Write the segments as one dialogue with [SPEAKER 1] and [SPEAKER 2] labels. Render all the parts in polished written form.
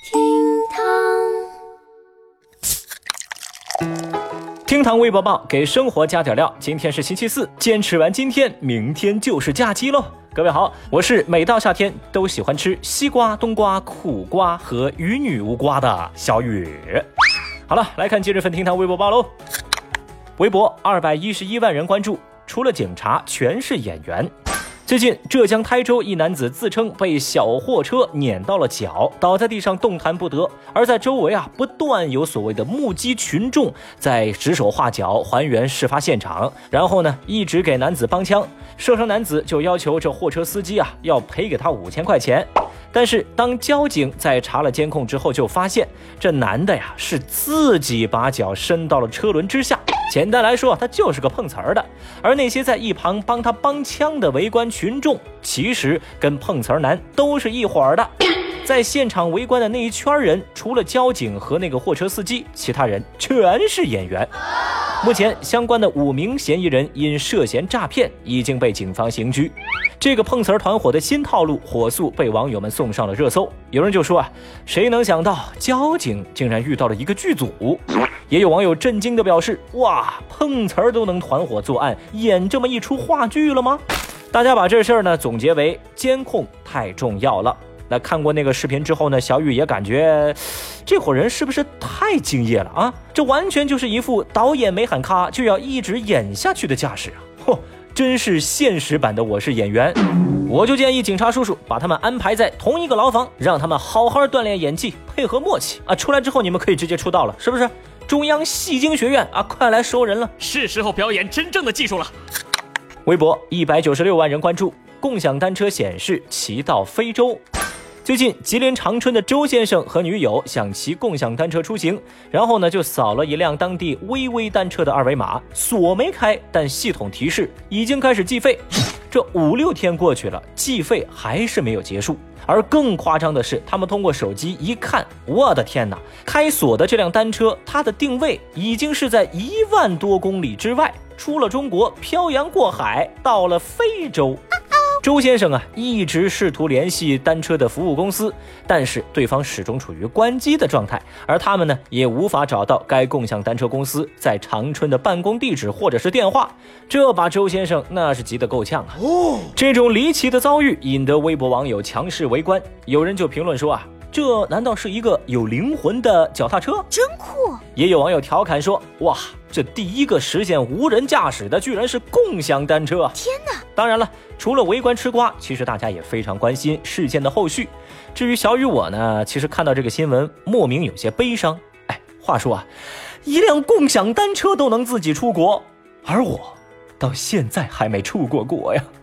[SPEAKER 1] 厅堂微博报，给生活加点料。今天是星期四，坚持完今天，明天就是假期喽。各位好，我是每到夏天都喜欢吃西瓜、冬瓜、苦瓜和与女无瓜的小雨。好了，来看今日份厅堂微博报喽。微博211万人关注，除了警察全是演员。最近，浙江台州一男子自称被小货车碾到了脚，倒在地上动弹不得。而在周围不断有所谓的目击群众在指手画脚还原事发现场，然后呢一直给男子帮腔。涉伤男子就要求这货车司机要赔给他5000块钱。但是当交警在查了监控之后，就发现这男的是自己把脚伸到了车轮之下。简单来说，他就是个碰瓷儿的。而那些在一旁帮他帮腔的围观群众，其实跟碰瓷儿男都是一伙儿的。在现场围观的那一圈人，除了交警和那个货车司机，其他人全是演员。目前相关的5名嫌疑人因涉嫌诈骗已经被警方刑拘。这个碰瓷儿团伙的新套路火速被网友们送上了热搜。有人就说谁能想到交警竟然遇到了一个剧组。也有网友震惊地表示，哇，碰瓷儿都能团伙作案，演这么一出话剧了吗？大家把这事儿呢总结为监控太重要了。那看过那个视频之后呢，小雨也感觉这伙人是不是太敬业了这完全就是一副导演没喊咔就要一直演下去的架势真是现实版的我是演员。我就建议警察叔叔把他们安排在同一个牢房，让他们好好锻炼演技，配合默契出来之后你们可以直接出道了，是不是？中央戏精学院快来收人了，
[SPEAKER 2] 是时候表演真正的技术了。
[SPEAKER 1] 微博196万人关注，共享单车显示骑到非洲。最近吉林长春的周先生和女友想骑共享单车出行，然后呢就扫了一辆当地微微单车的二维码，锁没开，但系统提示已经开始计费。这5-6天过去了，计费还是没有结束。而更夸张的是，他们通过手机一看，我的天哪，开锁的这辆单车它的定位已经是在1万多公里之外，出了中国，漂洋过海到了非洲。周先生一直试图联系单车的服务公司，但是对方始终处于关机的状态，而他们呢也无法找到该共享单车公司在长春的办公地址或者是电话，这把周先生那是急得够呛这种离奇的遭遇引得微博网友强势围观，有人就评论说这难道是一个有灵魂的脚踏车？
[SPEAKER 3] 真酷！
[SPEAKER 1] 也有网友调侃说，哇，这第一个实现无人驾驶的居然是共享单车
[SPEAKER 3] 天哪！
[SPEAKER 1] 当然了，除了围观吃瓜，其实大家也非常关心事件的后续。至于小雨我呢，其实看到这个新闻莫名有些悲伤。话说一辆共享单车都能自己出国，而我到现在还没出过国呀。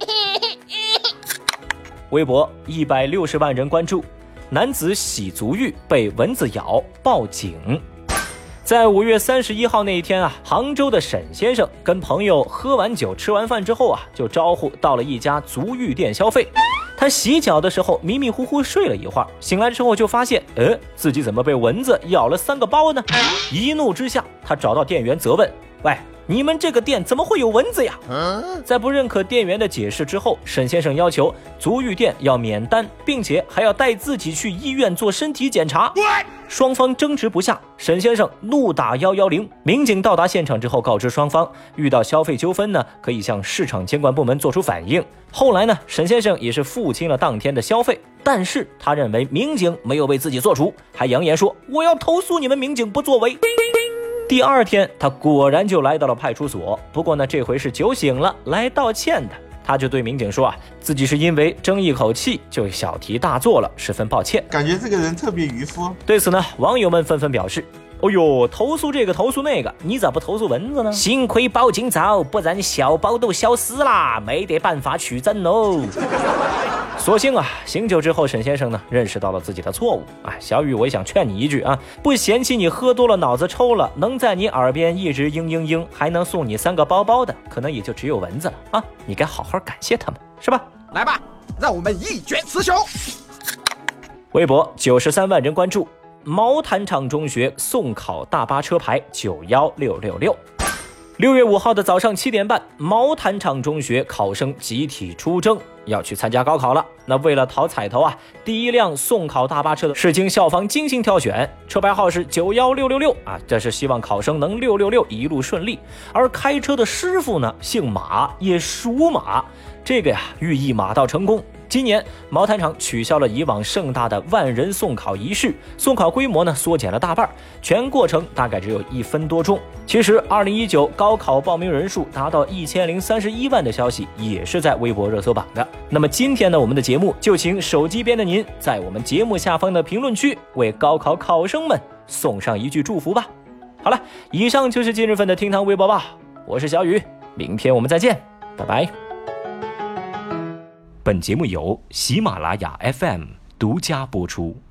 [SPEAKER 1] 微博160万人关注，男子洗足浴被蚊子咬报警。在5月31号那一天杭州的沈先生跟朋友喝完酒吃完饭之后就招呼到了一家足浴店消费。他洗脚的时候迷迷糊糊睡了一会儿，醒来之后就发现自己怎么被蚊子咬了3个包呢？一怒之下，他找到店员责问，喂，你们这个店怎么会有蚊子呀？在不认可店员的解释之后，沈先生要求足浴店要免单，并且还要带自己去医院做身体检查。双方争执不下，沈先生怒打110，民警到达现场之后告知双方，遇到消费纠纷呢，可以向市场监管部门做出反映。后来呢，沈先生也是付清了当天的消费，但是他认为民警没有为自己做主，还扬言说我要投诉你们民警不作为。第2天，他果然就来到了派出所，不过呢，这回是酒醒了来道歉的。他就对民警说自己是因为争一口气就小题大做了，十分抱歉。
[SPEAKER 4] 感觉这个人特别渔夫。
[SPEAKER 1] 对此呢，网友们纷纷表示，哦呦，投诉这个投诉那个，你咋不投诉蚊子呢？幸亏报警早，不然小包都消失啦，没得办法取证喽。所幸醒酒之后，沈先生呢认识到了自己的错误。小雨，我也想劝你一句不嫌弃你喝多了脑子抽了，能在你耳边一直嘤嘤嘤，还能送你3个包包的，可能也就只有蚊子了你该好好感谢他们，是吧？
[SPEAKER 5] 来吧，让我们一决雌雄。
[SPEAKER 1] 微博93万人关注，毛坦厂中学送考大巴车牌91666。 6月5号的早上7点半，毛坦厂中学考生集体出征，要去参加高考了。那为了讨彩头啊，第一辆送考大巴车是经校方精心挑选，车牌号是91666啊，这是希望考生能666一路顺利。而开车的师傅呢，姓马，也属马，这个呀寓意马到成功。今年毛坦厂取消了以往盛大的万人送考仪式，送考规模呢缩减了大半，全过程大概只有1分多钟。其实2019高考报名人数达到1031万的消息也是在微博热搜榜的。那么今天呢，我们的节目就请手机边的您在我们节目下方的评论区为高考考生们送上一句祝福吧。好了，以上就是今日份的厅堂微博报，我是小雨，明天我们再见，拜拜。本节目由喜马拉雅 FM 独家播出。